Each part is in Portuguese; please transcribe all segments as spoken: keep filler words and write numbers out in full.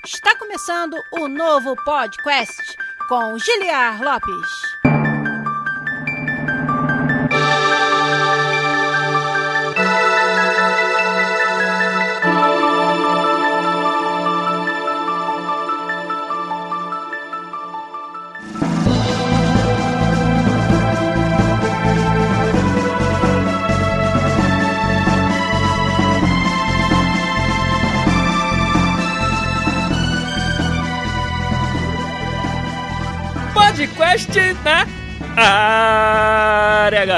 Está começando o novo podcast com Giliar Lopes. Podcast na área,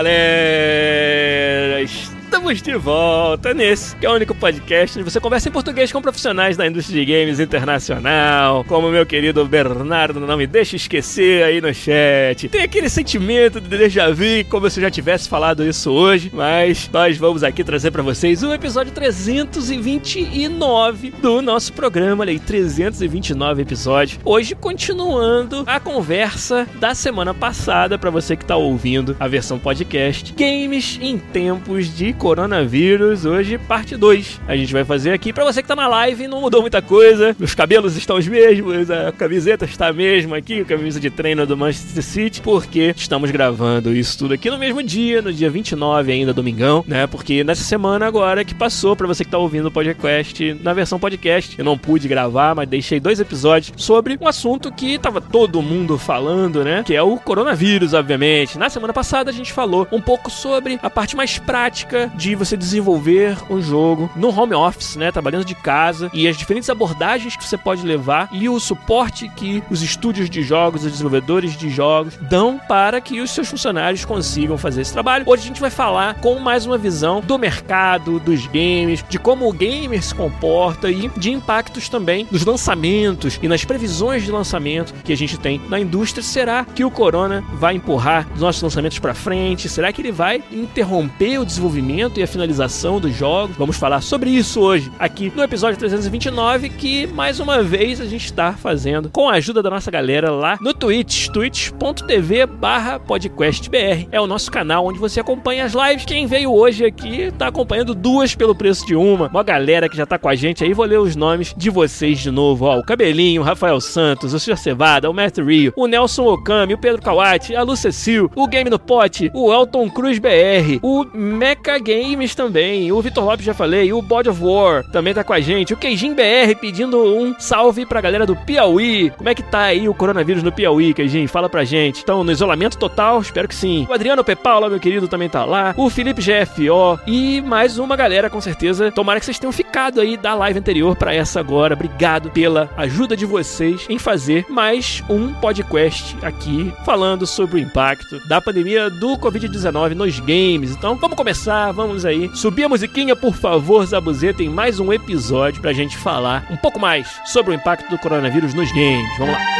galera! Estamos de volta nesse, que é o único podcast onde você conversa em português com profissionais da indústria de games internacional, como o meu querido Bernardo não me deixa esquecer aí no chat. Tem aquele sentimento de déjà vu, como se eu já tivesse falado isso hoje, mas nós vamos aqui trazer pra vocês o episódio trezentos e vinte e nove do nosso programa, olha aí, trezentos e vinte e nove episódios. Hoje, continuando a conversa da semana passada, pra você que tá ouvindo a versão podcast, Games em Tempos de Coronavírus, hoje parte dois. A gente vai fazer aqui, pra você que tá na live, não mudou muita coisa, os cabelos estão os mesmos, a camiseta está a mesma aqui, a camisa de treino do Manchester City, porque estamos gravando isso tudo aqui no mesmo dia, no dia vinte e nove ainda, domingão, né, porque nessa semana agora que passou, pra você que tá ouvindo o podcast, na versão podcast, eu não pude gravar, mas deixei dois episódios sobre um assunto que tava todo mundo falando, né, que é o coronavírus, obviamente. Na semana passada a gente falou um pouco sobre a parte mais prática de você desenvolver um jogo no home office, né, trabalhando de casa, e as diferentes abordagens que você pode levar e o suporte que os estúdios de jogos, os desenvolvedores de jogos dão para que os seus funcionários consigam fazer esse trabalho. Hoje a gente vai falar com mais uma visão do mercado, dos games, de como o gamer se comporta e de impactos também dos lançamentos e nas previsões de lançamento que a gente tem na indústria. Será que o corona vai empurrar os nossos lançamentos para frente? Será que ele vai interromper o desenvolvimento e a finalização dos jogos? Vamos falar sobre isso hoje, aqui no episódio trezentos e vinte e nove, que mais uma vez a gente está fazendo com a ajuda da nossa galera lá no Twitch, twitch ponto tv barra podcastbr. É o nosso canal onde você acompanha as lives. Quem veio hoje aqui está acompanhando duas pelo preço de uma. Uma galera que já está com a gente aí, vou ler os nomes de vocês de novo, ó, o Cabelinho, o Rafael Santos, o Ciro Cevada, o Matt Rio, o Nelson Okami, o Pedro Kawati, a Lu Cecil, o Game no Pote, o Elton Cruz B R, o Mecha Games também, o Vitor Lopes já falei, o Body of War também tá com a gente, o Keijin B R pedindo um salve pra galera do Piauí. Como é que tá aí o coronavírus no Piauí, Keijin? Fala pra gente. Estão no isolamento total? Espero que sim. O Adriano P. Paula, meu querido, também tá lá, o Felipe G F O e mais uma galera, com certeza. Tomara que vocês tenham ficado aí da live anterior pra essa agora. Obrigado pela ajuda de vocês em fazer mais um podcast aqui falando sobre o impacto da pandemia do covid dezenove nos games. Então, vamos começar, vamos aí. Subir a musiquinha, por favor, Zabuzê. Tem mais um episódio pra gente falar um pouco mais sobre o impacto do coronavírus nos games. Vamos lá.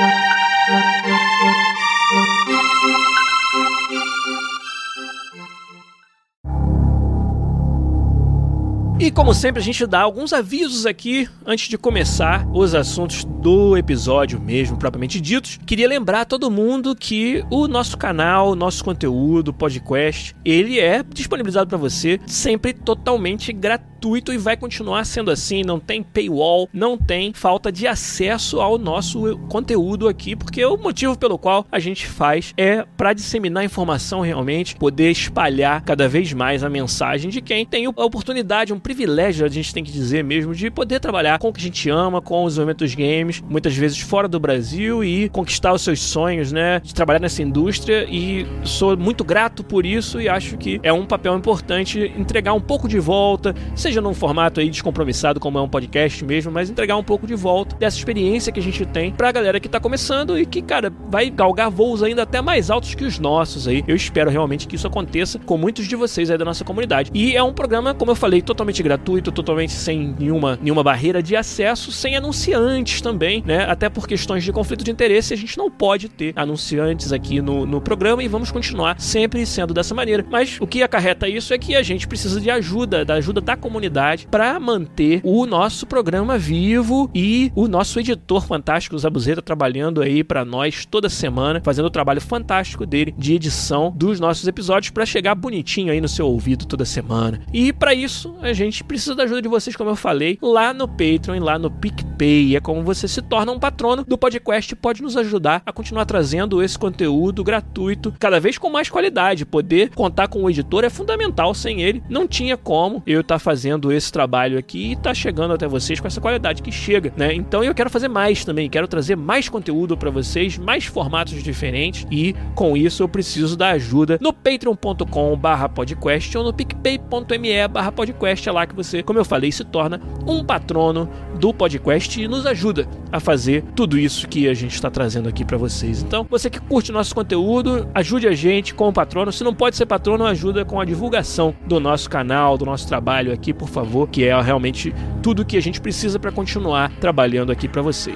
E como sempre a gente dá alguns avisos aqui antes de começar os assuntos do episódio mesmo, propriamente ditos. Queria lembrar a todo mundo que o nosso canal, o nosso conteúdo, o podcast, ele é disponibilizado para você sempre totalmente gratuito e vai continuar sendo assim. Não tem paywall, não tem falta de acesso ao nosso conteúdo aqui, porque o motivo pelo qual a gente faz é para disseminar informação realmente, poder espalhar cada vez mais a mensagem de quem tem a oportunidade, um privilégio, a gente tem que dizer mesmo, de poder trabalhar com o que a gente ama, com o desenvolvimento dos games, muitas vezes fora do Brasil, e conquistar os seus sonhos, né, de trabalhar nessa indústria, e sou muito grato por isso e acho que é um papel importante entregar um pouco de volta, seja num formato aí descompromissado como é um podcast mesmo, mas entregar um pouco de volta dessa experiência que a gente tem pra galera que tá começando e que, cara, vai galgar voos ainda até mais altos que os nossos aí. Eu espero realmente que isso aconteça com muitos de vocês aí da nossa comunidade. E é um programa, como eu falei, totalmente gratuito, totalmente sem nenhuma, nenhuma barreira de acesso, sem anunciantes também, né? Até por questões de conflito de interesse, a gente não pode ter anunciantes aqui no, no programa e vamos continuar sempre sendo dessa maneira. Mas o que acarreta isso é que a gente precisa de ajuda, da ajuda da comunidade comunidade para manter o nosso programa vivo e o nosso editor fantástico, o Zabuzeta, trabalhando aí para nós toda semana, fazendo o trabalho fantástico dele de edição dos nossos episódios para chegar bonitinho aí no seu ouvido toda semana. E para isso, a gente precisa da ajuda de vocês, como eu falei, lá no Patreon e lá no PicPay. É como você se torna um patrono do podcast e pode nos ajudar a continuar trazendo esse conteúdo gratuito, cada vez com mais qualidade. Poder contar com o editor é fundamental. Sem ele, não tinha como eu estar tá fazendo esse trabalho aqui e estar tá chegando até vocês com essa qualidade que chega, né? Então eu quero fazer mais também, quero trazer mais conteúdo para vocês, mais formatos diferentes, e com isso eu preciso da ajuda no patreon ponto com barra podcast ou no picpay ponto me barra podcast. É lá que você, como eu falei, se torna um patrono do podcast e nos ajuda a fazer tudo isso que a gente está trazendo aqui para vocês. Então, você que curte o nosso conteúdo, ajude a gente com o patrono. Se não pode ser patrono, ajuda com a divulgação do nosso canal, do nosso trabalho aqui, por favor, que é realmente tudo que a gente precisa para continuar trabalhando aqui para vocês.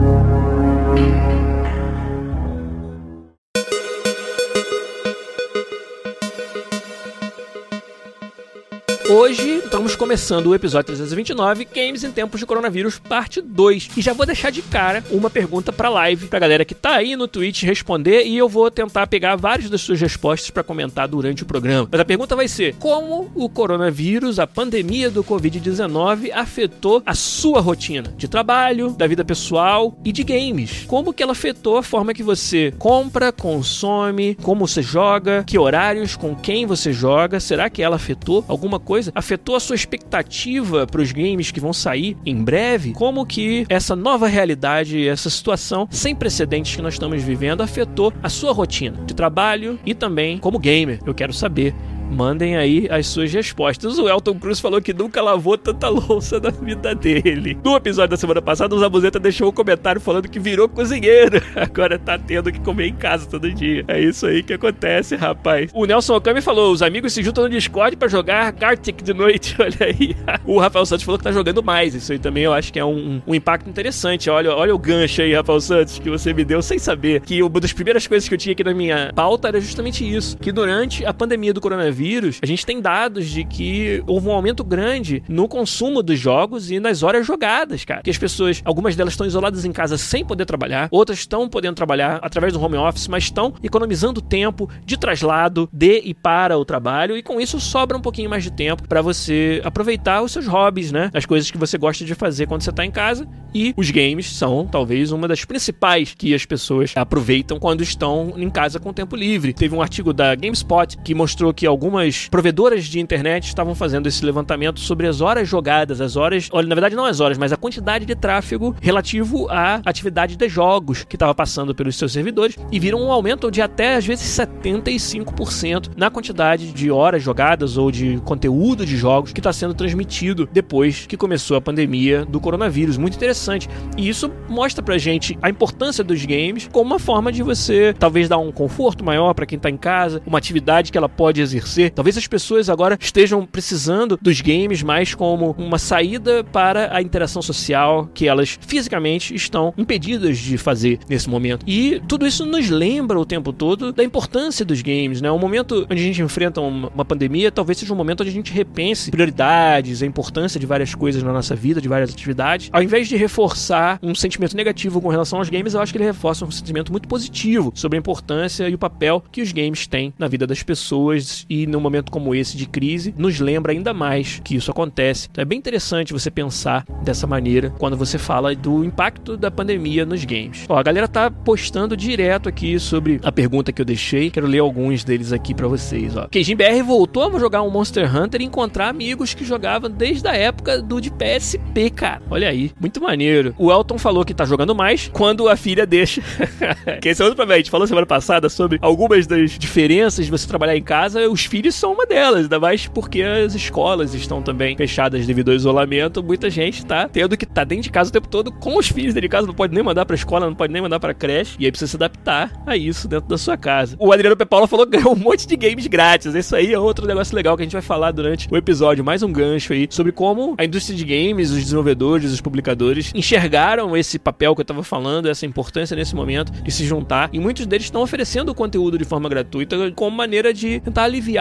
Hoje estamos começando o episódio trezentos e vinte e nove, Games em Tempos de Coronavírus, parte dois. E já vou deixar de cara uma pergunta pra live, pra galera que tá aí no Twitch responder, e eu vou tentar pegar várias das suas respostas pra comentar durante o programa. Mas a pergunta vai ser: como o coronavírus, a pandemia do covid dezenove, afetou a sua rotina de trabalho, da vida pessoal e de games? Como que ela afetou a forma que você compra, consome, como você joga, que horários, com quem você joga? Será que ela afetou alguma coisa? Afetou a sua expectativa para os games que vão sair em breve? Como que essa nova realidade, essa situação sem precedentes que nós estamos vivendo afetou a sua rotina de trabalho e também como gamer? Eu quero saber. Mandem aí as suas respostas. O Elton Cruz falou que nunca lavou tanta louça na vida dele. No episódio da semana passada, o Zabuzeta deixou um comentário falando que virou cozinheiro. Agora tá tendo que comer em casa todo dia. É isso aí que acontece, rapaz. O Nelson Okami falou: os amigos se juntam no Discord pra jogar Gartic de noite. Olha aí. O Rafael Santos falou que tá jogando mais. Isso aí também eu acho que é um, um impacto interessante. Olha, olha o gancho aí, Rafael Santos, que você me deu sem saber. Que uma das primeiras coisas que eu tinha aqui na minha pauta era justamente isso. Que durante a pandemia do coronavírus, vírus, a gente tem dados de que houve um aumento grande no consumo dos jogos e nas horas jogadas, cara. Que as pessoas, algumas delas estão isoladas em casa sem poder trabalhar, outras estão podendo trabalhar através do home office, mas estão economizando tempo de traslado de e para o trabalho, e com isso sobra um pouquinho mais de tempo para você aproveitar os seus hobbies, né? As coisas que você gosta de fazer quando você tá em casa, e os games são talvez uma das principais que as pessoas aproveitam quando estão em casa com tempo livre. Teve um artigo da GameSpot que mostrou que algumas provedoras de internet estavam fazendo esse levantamento sobre as horas jogadas, as horas, olha, na verdade não as horas, mas a quantidade de tráfego relativo à atividade de jogos que estava passando pelos seus servidores, e viram um aumento de até às vezes setenta e cinco por cento na quantidade de horas jogadas ou de conteúdo de jogos que está sendo transmitido depois que começou a pandemia do coronavírus. Muito interessante. E isso mostra pra gente a importância dos games como uma forma de você talvez dar um conforto maior para quem tá em casa, uma atividade que ela pode exercer. Talvez as pessoas agora estejam precisando dos games mais como uma saída para a interação social que elas fisicamente estão impedidas de fazer nesse momento. E tudo isso nos lembra o tempo todo da importância dos games, né? Um momento onde a gente enfrenta uma, uma pandemia talvez seja um momento onde a gente repense prioridades, a importância de várias coisas na nossa vida, de várias atividades. Ao invés de reforçar um sentimento negativo com relação aos games, eu acho que ele reforça um sentimento muito positivo sobre a importância e o papel que os games têm na vida das pessoas, e num momento como esse de crise, nos lembra ainda mais que isso acontece. Então é bem interessante você pensar dessa maneira quando você fala do impacto da pandemia nos games. Ó, a galera tá postando direto aqui sobre a pergunta que eu deixei. Quero ler alguns deles aqui pra vocês, ó. Keijin B R voltou a jogar um Monster Hunter e encontrar amigos que jogavam desde a época do de P S P, cara. Olha aí, muito maneiro. O Elton falou que tá jogando mais quando a filha deixa. Que esse é outro problema. A gente falou semana passada sobre algumas das diferenças de você trabalhar em casa. Os filhos são uma delas, ainda mais porque as escolas estão também fechadas devido ao isolamento. Muita gente tá tendo que estar tá dentro de casa o tempo todo com os filhos dentro de casa, não pode nem mandar pra escola, não pode nem mandar pra creche, e aí precisa se adaptar a isso dentro da sua casa. O Adriano P. Paula falou que ganhou um monte de games grátis. Isso aí é outro negócio legal que a gente vai falar durante o episódio, mais um gancho aí sobre como a indústria de games, os desenvolvedores, os publicadores enxergaram esse papel que eu tava falando, essa importância nesse momento de se juntar, e muitos deles estão oferecendo o conteúdo de forma gratuita como maneira de tentar aliviar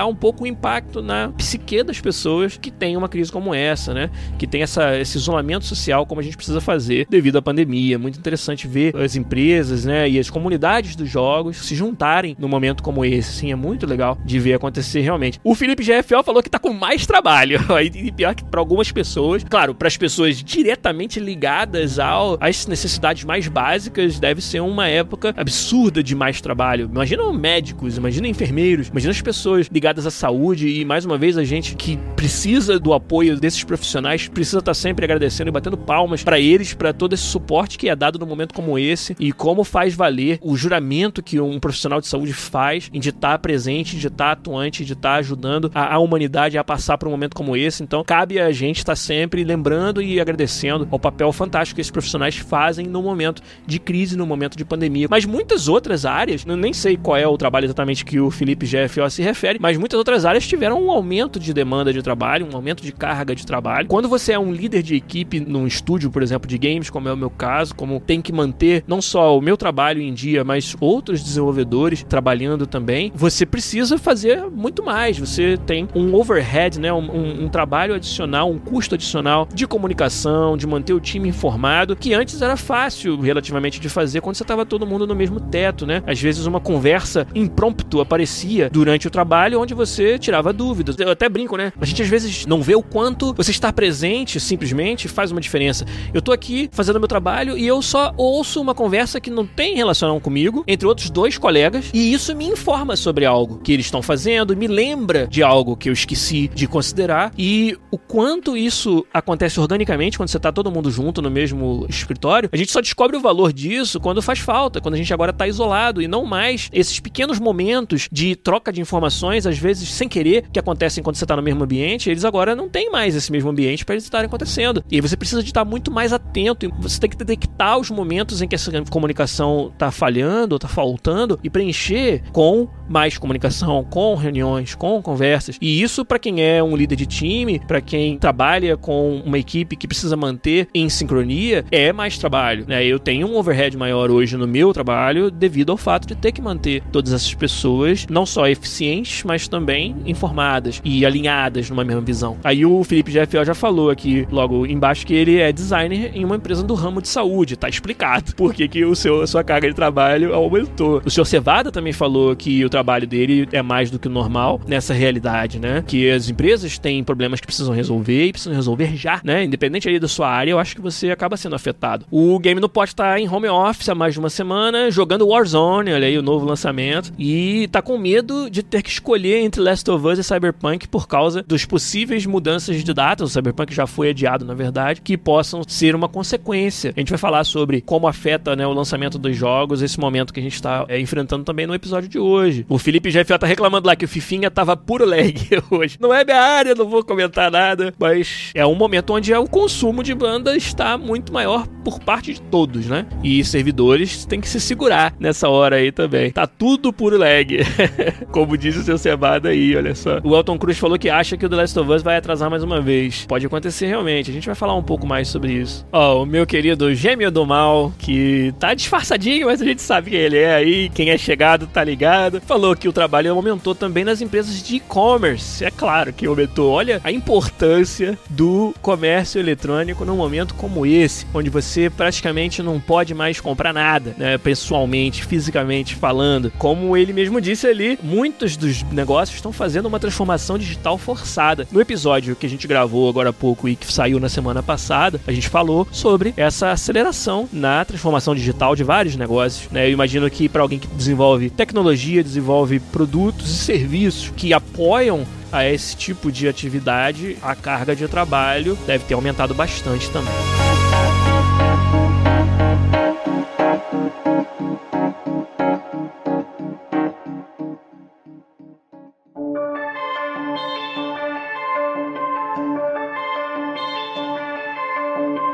um pouco o impacto na psique das pessoas que têm uma crise como essa, né? Que tem essa, esse isolamento social como a gente precisa fazer devido à pandemia. É muito interessante ver as empresas, né, e as comunidades dos jogos se juntarem num momento como esse. Sim, é muito legal de ver acontecer realmente. O Felipe G F O falou que tá com mais trabalho. E pior que para algumas pessoas, claro, para as pessoas diretamente ligadas ao, às necessidades mais básicas, deve ser uma época absurda de mais trabalho. Imagina médicos, imagina enfermeiros, imagina as pessoas ligadas à saúde e, mais uma vez, a gente que precisa do apoio desses profissionais, precisa estar sempre agradecendo e batendo palmas para eles, para todo esse suporte que é dado num momento como esse e como faz valer o juramento que um profissional de saúde faz de estar presente, de estar atuante, de estar ajudando a, a humanidade a passar por um momento como esse. Então, cabe a gente estar sempre lembrando e agradecendo ao papel fantástico que esses profissionais fazem no momento de crise, no momento de pandemia. Mas muitas outras áreas, eu nem sei qual é o trabalho exatamente que o Felipe G F O se refere, mas muitas outras áreas tiveram um aumento de demanda de trabalho, um aumento de carga de trabalho. Quando você é um líder de equipe num estúdio, por exemplo, de games, como é o meu caso, como tem que manter não só o meu trabalho em dia, mas outros desenvolvedores trabalhando também, você precisa fazer muito mais. Você tem um overhead, né, um, um, um trabalho adicional, um custo adicional de comunicação, de manter o time informado, que antes era fácil relativamente de fazer quando você estava todo mundo no mesmo teto, né? Às vezes uma conversa impromptu aparecia durante o trabalho onde você tirava dúvidas. Eu até brinco, né? A gente às vezes não vê o quanto você estar presente simplesmente faz uma diferença. Eu tô aqui fazendo meu trabalho e eu só ouço uma conversa que não tem relação comigo, entre outros dois colegas, e isso me informa sobre algo que eles estão fazendo, me lembra de algo que eu esqueci de considerar, e o quanto isso acontece organicamente quando você tá todo mundo junto no mesmo escritório, a gente só descobre o valor disso quando faz falta, quando a gente agora tá isolado, e não mais esses pequenos momentos de troca de informações, às vezes sem querer, que acontecem quando você tá no mesmo ambiente, eles agora não têm mais esse mesmo ambiente para eles estarem acontecendo. E aí você precisa de estar muito mais atento, você tem que detectar os momentos em que essa comunicação tá falhando, tá faltando, e preencher com mais comunicação, com reuniões, com conversas. E isso, para quem é um líder de time, para quem trabalha com uma equipe que precisa manter em sincronia, é mais trabalho, né? Eu tenho um overhead maior hoje no meu trabalho devido ao fato de ter que manter todas essas pessoas não só eficientes, mas também informadas e alinhadas numa mesma visão. Aí o Felipe G F O já falou aqui logo embaixo que ele é designer em uma empresa do ramo de saúde. Tá explicado por que, que o seu, a sua carga de trabalho aumentou. O senhor Cevada também falou que o trabalho dele é mais do que o normal nessa realidade, né? Que as empresas têm problemas que precisam resolver e precisam resolver já, né? Independente ali da sua área, eu acho que você acaba sendo afetado. O Game no Pot tá em home office há mais de uma semana, jogando Warzone, olha aí o novo lançamento, e tá com medo de ter que escolher entre Last of Us e Cyberpunk por causa dos possíveis mudanças de data. O Cyberpunk já foi adiado, na verdade, que possam ser uma consequência. A gente vai falar sobre como afeta, né, o lançamento dos jogos, esse momento que a gente tá é, enfrentando também no episódio de hoje. O Felipe G F O tá reclamando lá que o Fifinha tava puro lag hoje. Não é minha área, não vou comentar nada, mas é um momento onde o consumo de banda está muito maior por parte de todos, né? E servidores têm que se segurar nessa hora aí também. Tá tudo puro lag. Como diz o seu Cebada aí, olha só. O Elton Cruz falou que acha que o The Last of Us vai atrasar mais uma vez. Pode acontecer realmente, a gente vai falar um pouco mais sobre isso. Ó, o meu querido Gêmeo do Mal, que tá disfarçadinho, mas a gente sabe quem ele é aí, quem é chegado tá ligado, falou que o trabalho aumentou também nas empresas de e-commerce. É claro que aumentou. Olha a importância do comércio eletrônico num momento como esse, onde você praticamente não pode mais comprar nada, né, pessoalmente, fisicamente falando. Como ele mesmo disse ali, muitos dos negócios estão fazendo uma transformação digital forçada. No episódio que a gente gravou agora há pouco e que saiu na semana passada, a gente falou sobre essa aceleração na transformação digital de vários negócios, né? Eu imagino que para alguém que desenvolve tecnologia, desenvolve produtos e serviços que apoiam a esse tipo de atividade, a carga de trabalho deve ter aumentado bastante também.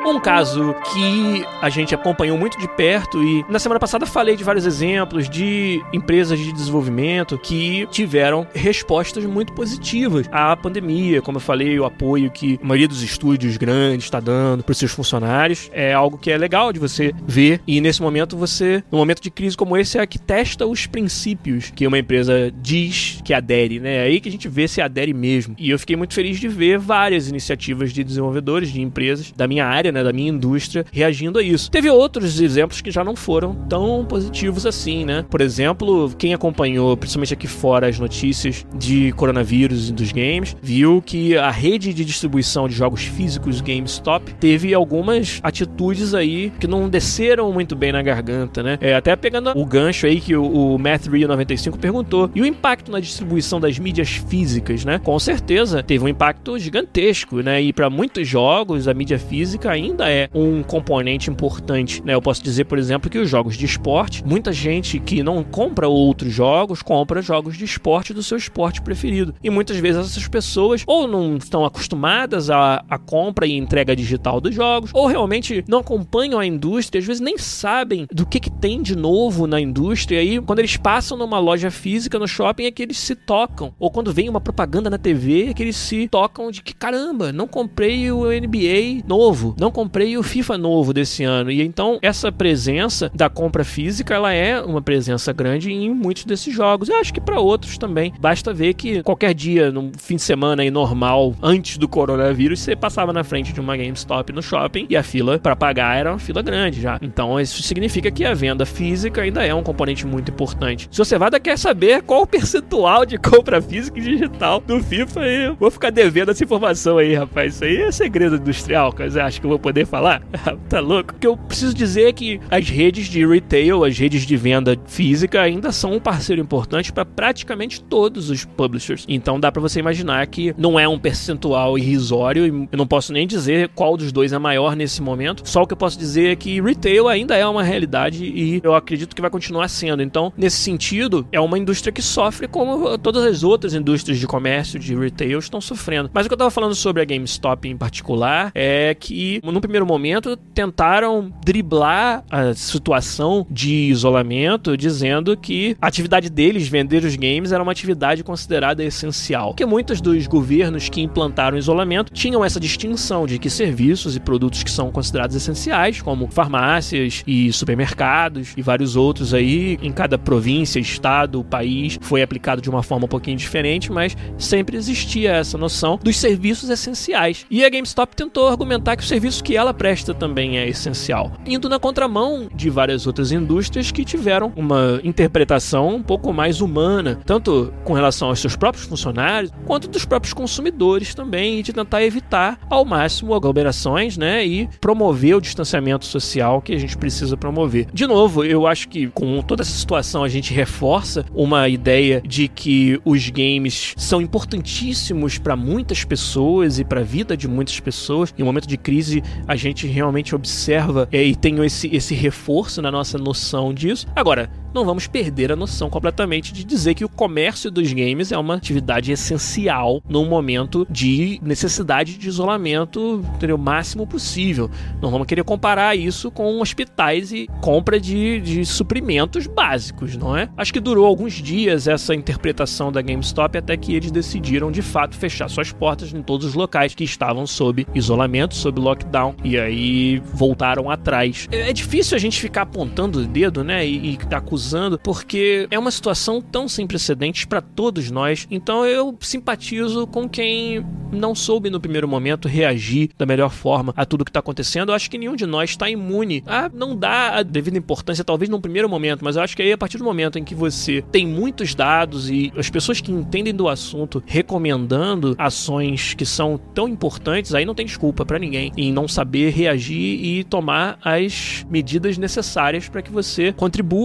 Um caso que a gente acompanhou muito de perto e na semana passada falei de vários exemplos de empresas de desenvolvimento que tiveram respostas muito positivas à pandemia. Como eu falei, o apoio que a maioria dos estúdios grandes está dando para os seus funcionários é algo que é legal de você ver, e nesse momento você, num momento de crise como esse, é que testa os princípios que uma empresa diz que adere, né? É aí que a gente vê se adere mesmo. E eu fiquei muito feliz de ver várias iniciativas de desenvolvedores, de empresas da minha área, né, da minha indústria, reagindo a isso. Teve outros exemplos que já não foram tão positivos assim, né? Por exemplo, quem acompanhou, principalmente aqui fora, as notícias de coronavírus e dos games, viu que a rede de distribuição de jogos físicos GameStop teve algumas atitudes aí que não desceram muito bem na garganta, né? É, até pegando o gancho aí que o, o Matt Rio noventa e cinco perguntou, e o impacto na distribuição das mídias físicas, né? Com certeza teve um impacto gigantesco, né? E para muitos jogos a mídia física ainda é um componente importante, né? Eu posso dizer, por exemplo, que os jogos de esporte, muita gente que não compra outros jogos, compra jogos de esporte do seu esporte preferido. E muitas vezes essas pessoas ou não estão acostumadas à, à compra e entrega digital dos jogos, ou realmente não acompanham a indústria, às vezes nem sabem do que, que tem de novo na indústria, e aí quando eles passam numa loja física, no shopping, é que eles se tocam. Ou quando vem uma propaganda na T V, é que eles se tocam de que, caramba, não comprei o N B A novo, não comprei o FIFA novo desse ano. E então essa presença da compra física, ela é uma presença grande em muitos desses jogos. Eu acho que para outros também. Basta ver que qualquer dia, num fim de semana aí normal, antes do coronavírus, você passava na frente de uma GameStop no shopping e a fila para pagar era uma fila grande já. Então isso significa que a venda física ainda é um componente muito importante. Se você vai quer saber qual o percentual de compra física e digital do FIFA, aí vou ficar devendo essa informação aí, rapaz. Isso aí é segredo industrial, você acha que eu vou poder falar? Tá louco? O que eu preciso dizer é que as redes de retail, as redes de venda física ainda são um parceiro importante para praticamente todos os publishers. Então dá para você imaginar que não é um percentual irrisório, e eu não posso nem dizer qual dos dois é maior nesse momento. Só o que eu posso dizer é que retail ainda é uma realidade e eu acredito que vai continuar sendo. Então, nesse sentido, é uma indústria que sofre como todas as outras indústrias de comércio, de retail, estão sofrendo. Mas o que eu estava falando sobre a GameStop em particular é que, no primeiro momento, tentaram driblar a situação de isolamento, dizendo que a atividade deles, vender os games, era uma atividade considerada essencial. Porque muitos dos governos que implantaram o isolamento tinham essa distinção de que serviços e produtos que são considerados essenciais, como farmácias e supermercados e vários outros aí, em cada província, estado, país, foi aplicado de uma forma um pouquinho diferente, mas sempre existia essa noção dos serviços essenciais. E a GameStop tentou argumentar que o serviço que ela presta também é essencial, indo na contramão de várias outras indústrias que tiveram uma interpretação um pouco mais humana, tanto com relação aos seus próprios funcionários, quanto dos próprios consumidores também, e de tentar evitar ao máximo aglomerações, né, e promover o distanciamento social que a gente precisa promover. De novo, eu acho que com toda essa situação a gente reforça uma ideia de que os games são importantíssimos para muitas pessoas e para a vida de muitas pessoas. Em um momento de crise, a gente realmente observa é, e tem esse, esse reforço na nossa noção disso. Agora, não vamos perder a noção completamente de dizer que o comércio dos games é uma atividade essencial num momento de necessidade de isolamento, entendeu? O máximo possível. Não vamos querer comparar isso com hospitais e compra de, de suprimentos básicos, não é? Acho que durou alguns dias essa interpretação da GameStop até que eles decidiram de fato fechar suas portas em todos os locais que estavam sob isolamento, sob lockdown, e aí voltaram atrás. É difícil a gente ficar apontando o dedo, né, e, e acusando, porque é uma situação tão sem precedentes para todos nós. Então eu simpatizo com quem não soube no primeiro momento reagir da melhor forma a tudo que está acontecendo. Eu acho que nenhum de nós está imune a não dar a devida importância, talvez num primeiro momento, mas eu acho que aí a partir do momento em que você tem muitos dados e as pessoas que entendem do assunto recomendando ações que são tão importantes, aí não tem desculpa para ninguém em não saber reagir e tomar as medidas necessárias para que você contribua e não seja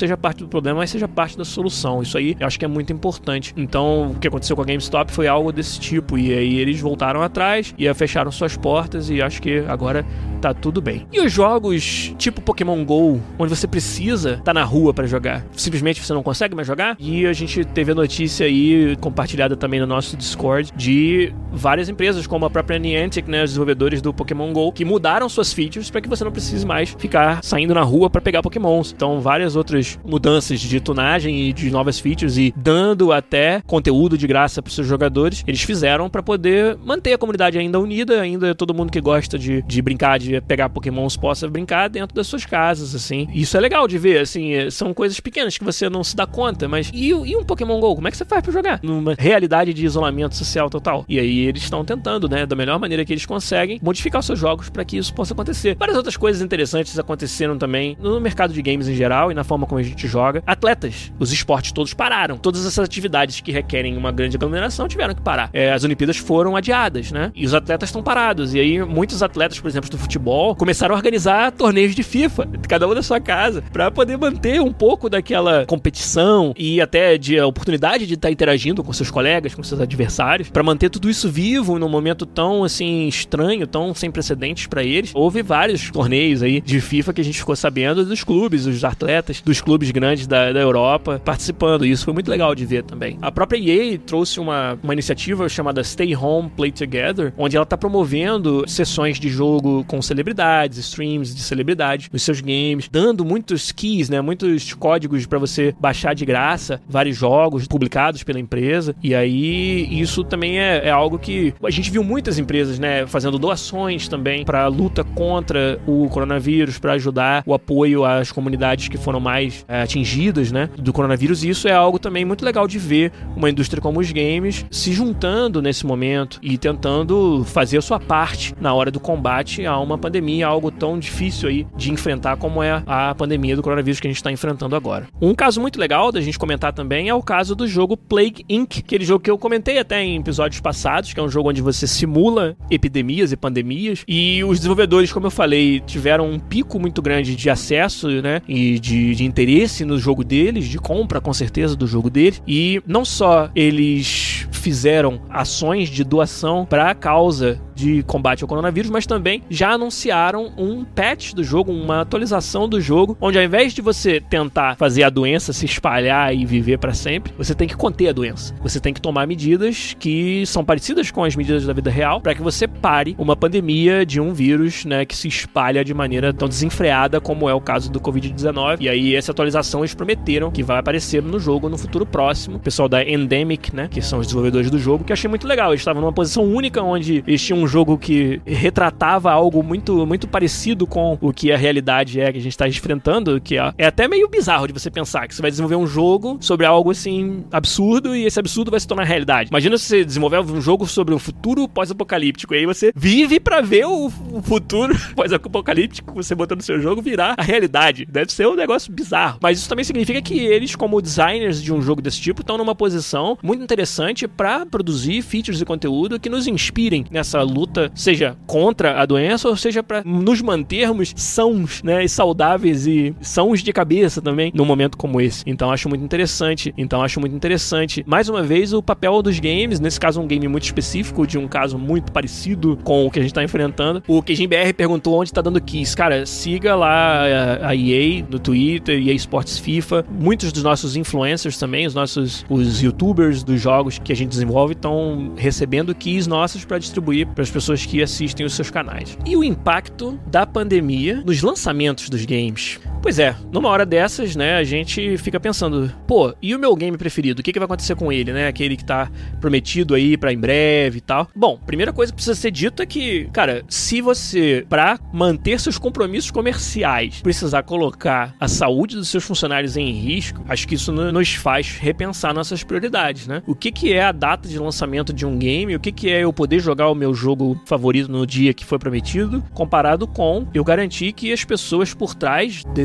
seja parte do problema, mas seja parte da solução. Isso aí eu acho que é muito importante. Então, o que aconteceu com a GameStop foi algo desse tipo, e aí eles voltaram atrás e fecharam suas portas, e acho que agora tá tudo bem. E os jogos tipo Pokémon GO, onde você precisa estar tá na rua para jogar, simplesmente você não consegue mais jogar? E a gente teve a notícia aí, compartilhada também no nosso Discord, de várias empresas, como a própria Niantic, né, os desenvolvedores do Pokémon GO, que mudaram suas features para que você não precise mais ficar saindo na rua para pegar Pokémons. Então, várias outras mudanças de tunagem e de novas features, e dando até conteúdo de graça para os seus jogadores, eles fizeram para poder manter a comunidade ainda unida, ainda todo mundo que gosta de, de brincar, de pegar Pokémons possa brincar dentro das suas casas, assim. Isso é legal de ver, assim, são coisas pequenas que você não se dá conta, mas e, e um Pokémon GO? Como é que você faz pra jogar? Numa realidade de isolamento social total. E aí eles estão tentando, né, da melhor maneira que eles conseguem, modificar os seus jogos para que isso possa acontecer. Várias outras coisas interessantes aconteceram também no mercado de games em geral e na forma como a gente joga. Atletas, os esportes todos pararam. Todas essas atividades que requerem uma grande aglomeração tiveram que parar. É, as Olimpíadas foram adiadas, né? E os atletas estão parados. E aí muitos atletas, por exemplo, do futebol, começaram a organizar torneios de FIFA, cada um da sua casa, para poder manter um pouco daquela competição e até de a oportunidade de estar interagindo com seus colegas, com seus adversários, para manter tudo isso vivo num momento tão, assim, estranho, tão sem precedentes para eles. Houve vários torneios aí de FIFA que a gente ficou sabendo dos clubes, os atletas dos clubes grandes da, da Europa participando, e isso foi muito legal de ver também. A própria E A trouxe uma, uma iniciativa chamada Stay Home, Play Together, onde ela está promovendo sessões de jogo com celebridades, streams de celebridades nos seus games, dando muitos keys, né, muitos códigos para você baixar de graça vários jogos publicados pela empresa. E aí isso também é, é algo que a gente viu muitas empresas, né, fazendo doações também para a luta contra o coronavírus, para ajudar o apoio às comunidades que foram mais é, atingidas, né, do coronavírus. E isso é algo também muito legal de ver uma indústria como os games se juntando nesse momento e tentando fazer a sua parte na hora do combate a uma pandemia, algo tão difícil aí de enfrentar como é a pandemia do coronavírus que a gente está enfrentando agora. Um caso muito legal da gente comentar também é o caso do jogo Plague Incorporated, aquele jogo que eu comentei até em episódios passados, que é um jogo onde você simula epidemias e pandemias, e os desenvolvedores, como eu falei, tiveram um pico muito grande de acesso, né, e de, de interesse no jogo deles, de compra, com certeza, do jogo deles, e não só eles fizeram ações de doação para a causa de combate ao coronavírus, mas também já anunciaram um patch do jogo, uma atualização do jogo, onde ao invés de você tentar fazer a doença se espalhar e viver para sempre, você tem que conter a doença. Você tem que tomar medidas que são parecidas com as medidas da vida real para que você pare uma pandemia de um vírus, né, que se espalha de maneira tão desenfreada como é o caso do covid dezenove. E aí essa atualização eles prometeram que vai aparecer no jogo no futuro próximo. O pessoal da Endemic, né, que são os desenvolvedores do jogo, que eu achei muito legal. Eles estavam numa posição única onde eles tinham um jogo que retratava algo muito, muito parecido com o que a realidade é que a gente está enfrentando, que é, é até meio bizarro de você pensar que você vai desenvolver um jogo sobre algo assim absurdo e esse absurdo vai se tornar realidade. Imagina se você desenvolver um jogo sobre um futuro pós-apocalíptico e aí você vive pra ver o futuro pós-apocalíptico, você botando no seu jogo virar a realidade. Deve ser um negócio bizarro. Mas isso também significa que eles, como designers de um jogo desse tipo, estão numa posição muito interessante pra produzir features e conteúdo que nos inspirem nessa luta, seja contra a doença ou seja para nos mantermos sãos, né, e saudáveis e sãos de cabeça também num momento como esse. Então acho muito interessante. Então acho muito interessante. Mais uma vez o papel dos games, nesse caso um game muito específico de um caso muito parecido com o que a gente tá enfrentando. O Keijin B R perguntou onde tá dando keys. Cara, siga lá a E A no Twitter, E A Sports FIFA. Muitos dos nossos influencers também, os nossos os youtubers dos jogos que a gente desenvolve estão recebendo keys nossos para distribuir para as pessoas que assistem os seus canais. E o impacto da pandemia nos lançamentos dos games? Pois é, numa hora dessas, né, a gente fica pensando, pô, e o meu game preferido? O que, que vai acontecer com ele, né? Aquele que tá prometido aí pra em breve e tal. Bom, primeira coisa que precisa ser dita é que, cara, se você, pra manter seus compromissos comerciais, precisar colocar a saúde dos seus funcionários em risco, acho que isso nos faz repensar nossas prioridades, né? O que que é a data de lançamento de um game? O que que é eu poder jogar o meu jogo favorito no dia que foi prometido, comparado com eu garantir que as pessoas por trás desse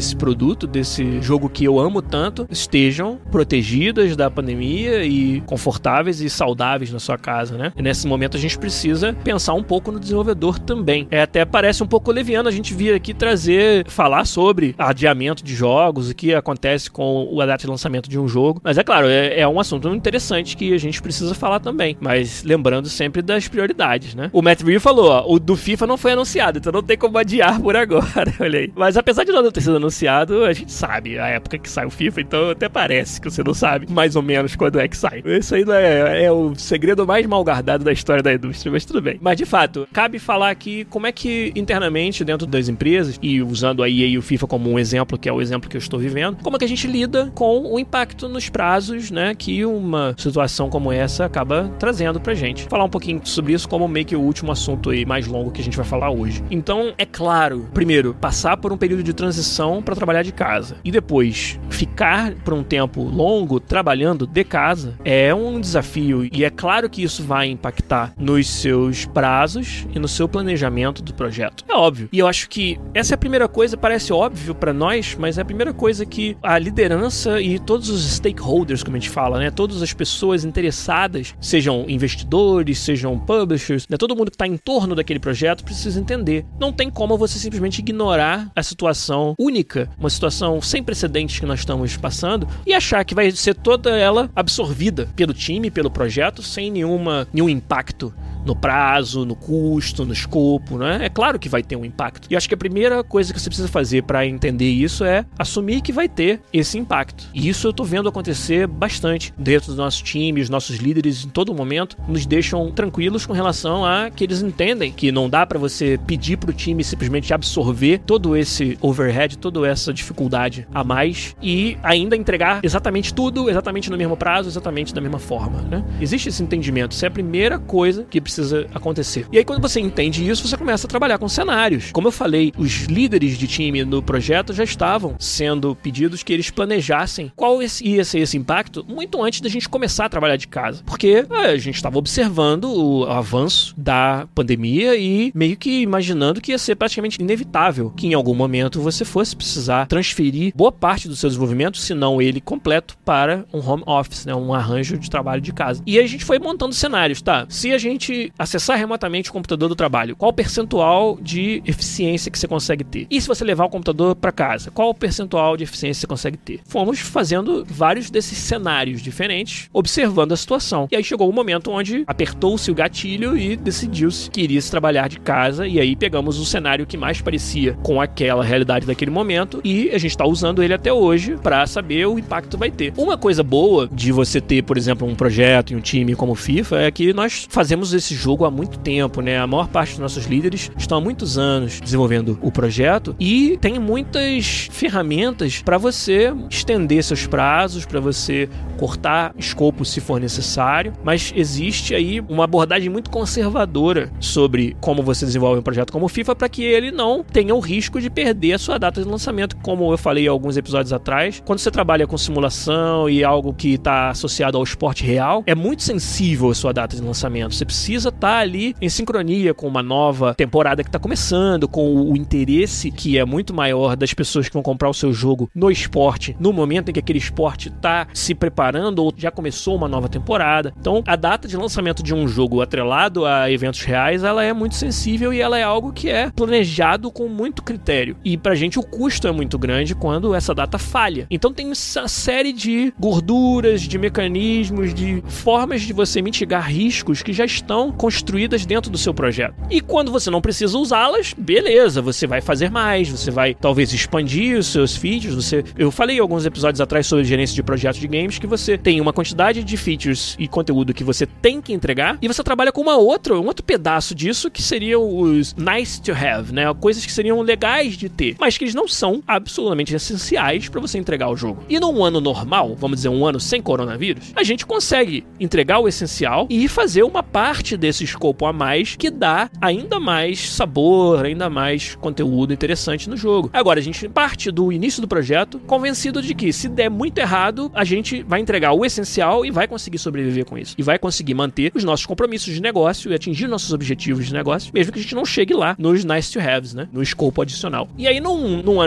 desse produto, desse jogo que eu amo tanto, estejam protegidas da pandemia e confortáveis e saudáveis na sua casa, né? E nesse momento a gente precisa pensar um pouco no desenvolvedor também. É, até parece um pouco leviano a gente vir aqui trazer, falar sobre adiamento de jogos, o que acontece com a data de lançamento de um jogo, mas é claro, é, é um assunto interessante que a gente precisa falar também, mas lembrando sempre das prioridades, né? O Matt Reeves falou, ó, o do FIFA não foi anunciado, então não tem como adiar por agora, olha aí. Mas apesar de não ter sido anunciado, a gente sabe a época que sai o FIFA, então até parece que você não sabe mais ou menos quando é que sai. Isso aí não é, é o segredo mais mal guardado da história da indústria, mas tudo bem. Mas de fato, cabe falar aqui como é que internamente dentro das empresas, e usando a E A e o FIFA como um exemplo, que é o exemplo que eu estou vivendo, como é que a gente lida com o impacto nos prazos, né, que uma situação como essa acaba trazendo pra gente. Vou falar um pouquinho sobre isso como meio que o último assunto aí mais longo que a gente vai falar hoje. Então, é claro, primeiro, passar por um período de transição para trabalhar de casa e depois ficar por um tempo longo trabalhando de casa é um desafio e é claro que isso vai impactar nos seus prazos e no seu planejamento do projeto. É óbvio. E eu acho que essa é a primeira coisa, parece óbvio para nós, mas é a primeira coisa que a liderança e todos os stakeholders, como a gente fala, né, todas as pessoas interessadas, sejam investidores, sejam publishers, né, todo mundo que está em torno daquele projeto precisa entender. Não tem como você simplesmente ignorar a situação única, uma situação sem precedentes que nós estamos passando e achar que vai ser toda ela absorvida pelo time, pelo projeto, sem nenhuma, nenhum impacto no prazo, no custo, no escopo, né? É claro que vai ter um impacto. E acho que a primeira coisa que você precisa fazer para entender isso é assumir que vai ter esse impacto. E isso eu tô vendo acontecer bastante dentro do nosso time, os nossos líderes em todo momento nos deixam tranquilos com relação a que eles entendem que não dá para você pedir pro time simplesmente absorver todo esse overhead, toda essa dificuldade a mais e ainda entregar exatamente tudo, exatamente no mesmo prazo, exatamente da mesma forma, né? Existe esse entendimento. Isso é a primeira coisa que precisa acontecer. E aí quando você entende isso, você começa a trabalhar com cenários. Como eu falei, os líderes de time no projeto já estavam sendo pedidos que eles planejassem qual ia ser esse impacto muito antes da gente começar a trabalhar de casa. Porque é, a gente estava observando o avanço da pandemia e meio que imaginando que ia ser praticamente inevitável que em algum momento você fosse precisar transferir boa parte do seu desenvolvimento, se não ele completo, para um home office, né, um arranjo de trabalho de casa. E aí a gente foi montando cenários, tá? Se a gente acessar remotamente o computador do trabalho, qual o percentual de eficiência que você consegue ter? E se você levar o computador para casa, qual o percentual de eficiência você consegue ter? Fomos fazendo vários desses cenários diferentes, observando a situação. E aí chegou o momento onde apertou-se o gatilho e decidiu-se que iria se trabalhar de casa, e aí pegamos o cenário que mais parecia com aquela realidade daquele momento e a gente está usando ele até hoje para saber o impacto que vai ter. Uma coisa boa de você ter, por exemplo, um projeto e um time como o FIFA é que nós fazemos esse jogo há muito tempo, né? A maior parte dos nossos líderes estão há muitos anos desenvolvendo o projeto e tem muitas ferramentas para você estender seus prazos, para você cortar escopo se for necessário, mas existe aí uma abordagem muito conservadora sobre como você desenvolve um projeto como o FIFA para que ele não tenha o risco de perder a sua data de lançamento, como eu falei alguns episódios atrás. Quando você trabalha com simulação e algo que está associado ao esporte real, é muito sensível a sua data de lançamento. Você precisa estar ali em sincronia com uma nova temporada que está começando, com o interesse que é muito maior das pessoas que vão comprar o seu jogo no esporte, no momento em que aquele esporte está se preparando ou já começou uma nova temporada. Então, a data de lançamento de um jogo atrelado a eventos reais, ela é muito sensível e ela é algo que é planejado com muito critério. E pra gente o custo é muito grande quando essa data falha. Então tem essa série de gorduras, de mecanismos, de formas de você mitigar riscos que já estão construídas dentro do seu projeto. E quando você não precisa usá-las, beleza, você vai fazer mais, você vai talvez expandir os seus features. Você... Eu falei alguns episódios atrás sobre gerência de projetos de games que você tem uma quantidade de features e conteúdo que você tem que entregar e você trabalha com uma outra, um outro pedaço disso que seriam os nice to have, né? Coisas que seriam legais de ter, mas que eles não são absolutamente essenciais para você entregar o jogo. E num ano normal, vamos dizer um ano sem coronavírus, a gente consegue entregar o essencial e fazer uma parte desse escopo a mais que dá ainda mais sabor, ainda mais conteúdo interessante no jogo. Agora, a gente parte do início do projeto convencido de que se der muito errado, a gente vai entregar o essencial e vai conseguir sobreviver com isso. E vai conseguir manter os nossos compromissos de negócio e atingir nossos objetivos de negócio, mesmo que a gente não chegue lá nos nice to haves, né? No escopo adicional. E aí, num, num ano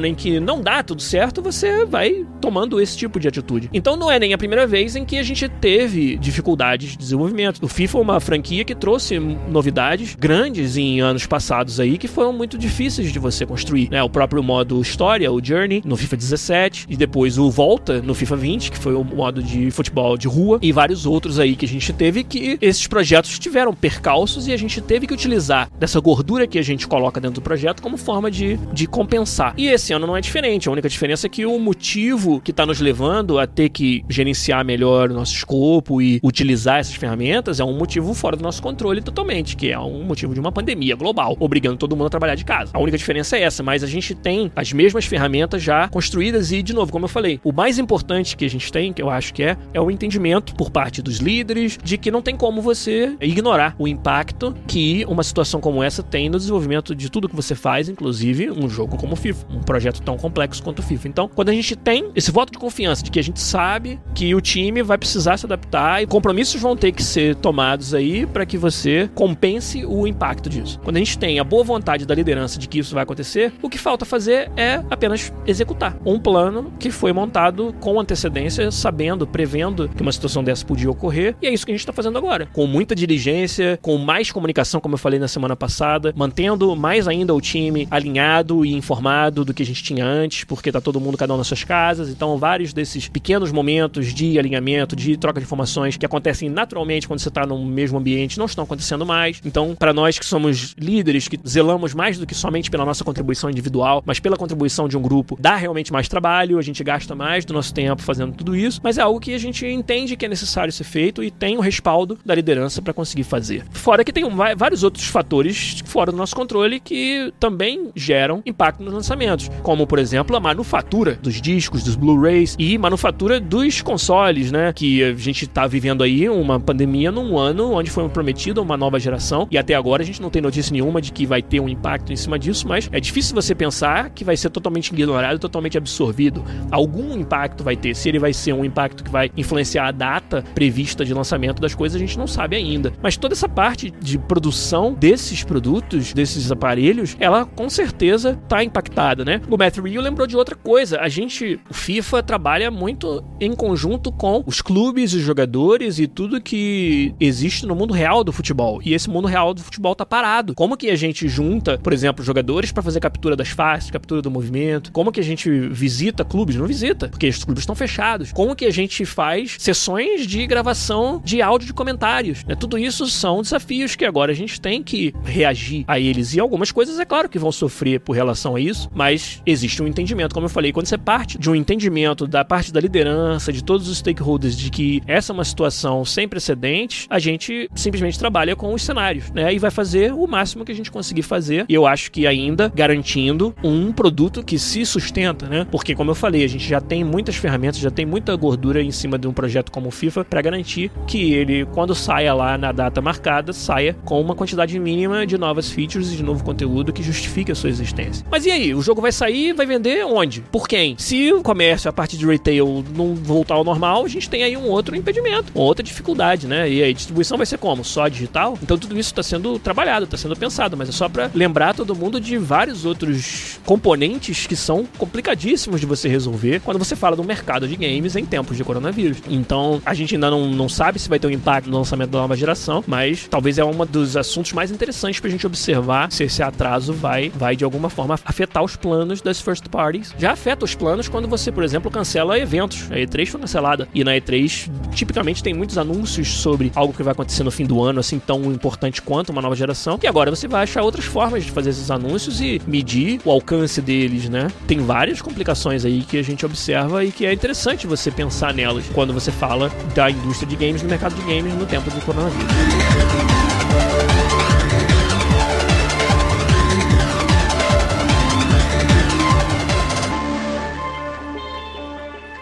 em que não dá tudo certo, você vai tomando esse tipo de atitude. Então não é nem a primeira vez em que a gente teve dificuldades de desenvolvimento. O FIFA é uma franquia que trouxe novidades grandes em anos passados aí, que foram muito difíceis de você construir, né? O próprio modo história, o Journey, no FIFA dezessete, e depois o Volta, no FIFA vinte, que foi o modo de futebol de rua, e vários outros aí que a gente teve, que esses projetos tiveram percalços e a gente teve que utilizar dessa gordura que a gente coloca dentro do projeto como forma de, de compensar. E esse ano não é diferente. A única diferença é que o motivo que está nos levando a ter que gerenciar melhor o nosso escopo e utilizar essas ferramentas é um motivo fora do nosso controle totalmente, que é um motivo de uma pandemia global, obrigando todo mundo a trabalhar de casa. A única diferença é essa, mas a gente tem as mesmas ferramentas já construídas e, de novo, como eu falei, o mais importante que a gente tem, que eu acho que é, é o entendimento por parte dos líderes de que não tem como você ignorar o impacto que uma situação como essa tem no desenvolvimento de tudo que você faz, inclusive um jogo como o FIFA, um projeto tão complexo quanto o FIFA. Então, quando a gente tem esse voto de confiança de que a gente sabe que o time vai precisar se adaptar e compromissos vão ter que ser tomados aí para que você compense o impacto disso. Quando a gente tem a boa vontade da liderança de que isso vai acontecer, o que falta fazer é apenas executar um plano que foi montado com antecedência, sabendo, prevendo que uma situação dessa podia ocorrer, e é isso que a gente está fazendo agora. Com muita diligência, com mais comunicação, como eu falei na semana passada, mantendo mais ainda o time alinhado e informado do que a gente tinha antes, porque tá todo mundo cada um nas suas casas, então vários desses pequenos momentos de alinhamento, de troca de informações que acontecem naturalmente quando você tá no mesmo ambiente, não estão acontecendo mais. Então, para nós que somos líderes, que zelamos mais do que somente pela nossa contribuição individual, mas pela contribuição de um grupo, dá realmente mais trabalho, a gente gasta mais do nosso tempo fazendo tudo isso, mas é algo que a gente entende que é necessário ser feito e tem o respaldo da liderança para conseguir fazer. Fora que tem um, vários outros fatores fora do nosso controle que também geram impacto nos lançamentos, como, por exemplo, a manufatura dos discos, dos Blu-rays e manufatura dos consoles, né? Que a gente tá vivendo aí uma pandemia num ano onde foi prometido uma nova geração e até agora a gente não tem notícia nenhuma de que vai ter um impacto em cima disso, mas é difícil você pensar que vai ser totalmente ignorado, totalmente absorvido. Algum impacto vai ter. Se ele vai ser um impacto que vai influenciar a data prevista de lançamento das coisas, a gente não sabe ainda. Mas toda essa parte de produção desses produtos, desses aparelhos, ela com certeza tá impactada, né? O Matthew Reel lembrou de outra coisa. A gente, o FIFA trabalha muito em conjunto com os clubes, os jogadores e tudo que existe no mundo real do futebol. E esse mundo real do futebol tá parado. Como que a gente junta, por exemplo, jogadores para fazer captura das faces, captura do movimento? Como que a gente visita clubes? Não visita, porque os clubes estão fechados. Como que a gente faz sessões de gravação de áudio de comentários? Né? Tudo isso são desafios que agora a gente tem que reagir a eles. E algumas coisas, é claro, que vão sofrer por relação a isso, mas existe um entendimento. Como eu falei, quando você parte de um entendimento da parte da liderança, de todos os stakeholders, de que essa é uma situação sem precedentes, a gente simplesmente trabalha com os cenários, né? E vai fazer o máximo que a gente conseguir fazer. E eu acho que ainda garantindo um produto que se sustenta, né? Porque, como eu falei, a gente já tem muitas ferramentas, já tem muita gordura em cima de um projeto como o FIFA para garantir que ele, quando saia lá na data marcada, saia com uma quantidade mínima de novas features e de novo conteúdo que justifique a sua existência. Mas e aí? O jogo vai sair, vai vender onde? Por quem? Se o comércio, a parte de retail, não voltar ao normal, a gente tem aí um outro impedimento, uma outra dificuldade, né? E aí, distribuição vai ser como? Só digital? Então tudo isso está sendo trabalhado, está sendo pensado, mas é só para lembrar todo mundo de vários outros componentes que são complicadíssimos de você resolver quando você fala do mercado de games em tempos de coronavírus. Então, a gente ainda não, não sabe se vai ter um impacto no lançamento da nova geração, mas talvez é um dos assuntos mais interessantes pra gente observar se esse atraso vai, vai de alguma forma afetar os planos das first parties. Já afeta os planos quando você, por exemplo, cancela eventos. A E três foi cancelada. E na E três, tipicamente, tem muitos anúncios sobre algo que vai acontecer no fim do ano, assim, tão importante quanto uma nova geração. E agora você vai achar outras formas de fazer esses anúncios e medir o alcance deles, né? Tem várias complicações aí que a gente observa e que é interessante você pensar nelas quando você fala da indústria de games, do mercado de games no tempo do coronavírus.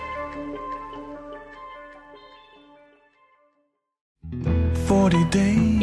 Então,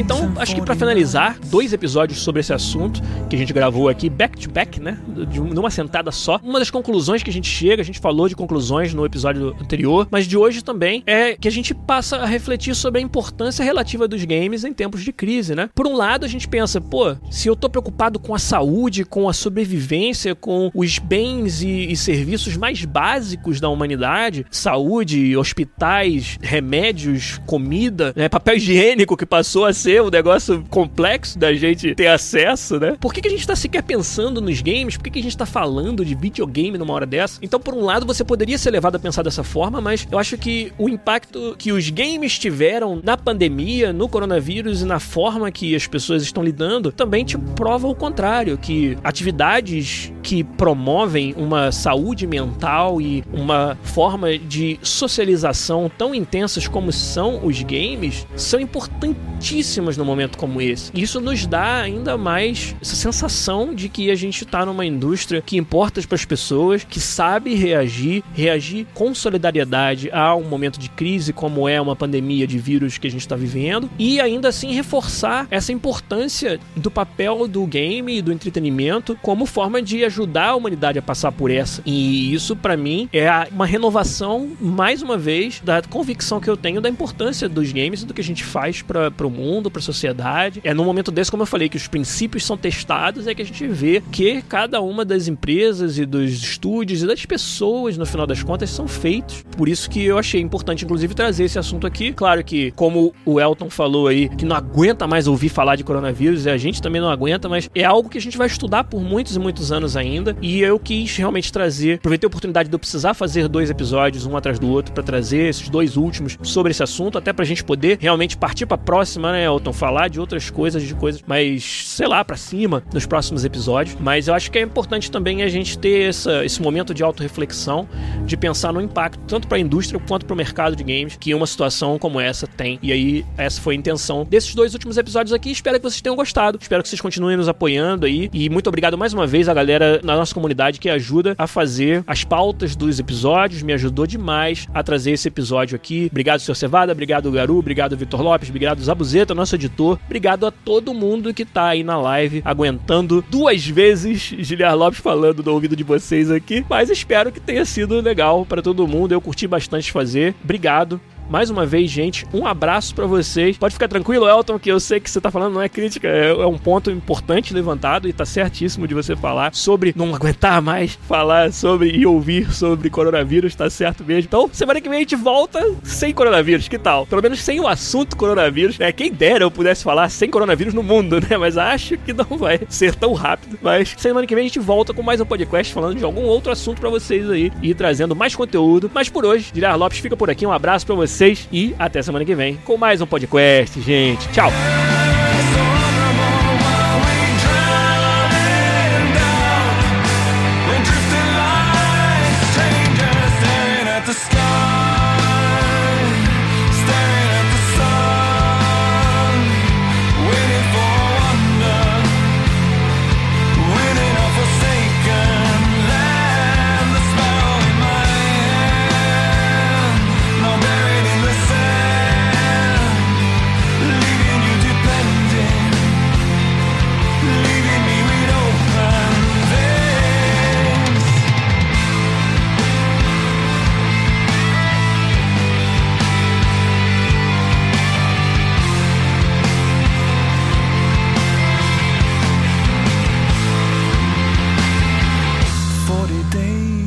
acho que pra finalizar, dois episódios sobre esse assunto que a gente gravou aqui, back to back, né? De uma sentada só. Uma das conclusões que a gente chega, a gente falou de conclusões no episódio anterior, mas de hoje também, é que a gente passa a refletir sobre a importância relativa dos games em tempos de crise, né? Por um lado, a gente pensa, pô, se eu tô preocupado com a saúde, com a sobrevivência, com os bens e, e serviços mais básicos da humanidade, saúde, hospitais, remédios, comida, né, papel higiênico, que passou a ser um negócio complexo da gente ter acesso, né? Por que que a gente tá sequer pensando nos games? Por que que a gente tá falando de videogame numa hora dessa? Então, por um lado, você poderia ser levado a pensar dessa forma, mas eu acho que o impacto que os games tiveram na pandemia, no coronavírus e na forma que as pessoas estão lidando, também te prova o contrário, que atividades que promovem uma saúde mental e uma forma de socialização tão intensas como são os games, são importantíssimas num momento como esse. Isso nos dá ainda mais essa sensação de que a gente tá numa indústria que importa para as pessoas, que sabe reagir, reagir com solidariedade a um momento de crise como é uma pandemia de vírus que a gente está vivendo, e ainda assim reforçar essa importância do papel do game e do entretenimento como forma de ajudar a humanidade a passar por essa. E isso, para mim, é uma renovação, mais uma vez, da convicção que eu tenho da importância dos games e do que a gente faz para o mundo, para a sociedade. É num momento desse, como eu falei, que os princípios são testados, é que a gente vê que cada uma das empresas e dos estúdios e das pessoas, no final das contas, são feitos. Por isso que eu achei importante, inclusive, trazer esse assunto aqui. Claro que, como o Elton falou aí, que não aguenta mais ouvir falar de coronavírus, e a gente também não aguenta, mas é algo que a gente vai estudar por muitos e muitos anos ainda, e eu quis realmente trazer, aproveitei a oportunidade de eu precisar fazer dois episódios, um atrás do outro, pra trazer esses dois últimos sobre esse assunto, até pra gente poder realmente partir pra próxima, né, Elton, falar de outras coisas, de coisas mais, sei lá, pra cima, nos próximos episódios. Mas eu acho que é importante também a gente ter essa, esse momento de autorreflexão, de pensar no impacto, tanto pra indústria quanto pro mercado de games, que uma situação como essa tem. E aí, essa foi a intenção desses dois últimos episódios aqui. Espero que vocês tenham gostado, espero que vocês continuem nos apoiando aí, e muito obrigado mais uma vez a galera na nossa comunidade que ajuda a fazer as pautas dos episódios, me ajudou demais a trazer esse episódio aqui. Obrigado, senhor Cevada, obrigado, Garu, obrigado, Vitor Lopes, obrigado, Zabuzeta, nosso editor, obrigado a todo mundo que tá aí na live, aguentando duas vezes Giliar Lopes falando no ouvido de vocês aqui, mas espero que tenha sido legal pra todo mundo, eu curti bastante fazer, obrigado. Mais uma vez, gente, um abraço pra vocês. Pode ficar tranquilo, Elton, que eu sei que você tá falando não é crítica, é, é um ponto importante levantado e tá certíssimo de você falar sobre não aguentar mais falar sobre e ouvir sobre coronavírus, tá certo mesmo. Então, semana que vem a gente volta sem coronavírus, que tal? Pelo menos sem o assunto coronavírus, né? Quem dera eu pudesse falar sem coronavírus no mundo, né? Mas acho que não vai ser tão rápido. Mas semana que vem a gente volta com mais um podcast falando de algum outro assunto pra vocês aí e trazendo mais conteúdo. Mas por hoje, Giliar Lopes fica por aqui. Um abraço pra vocês. E até semana que vem com mais um podcast, gente. Tchau!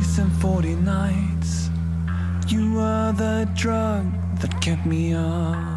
Drug that kept me up.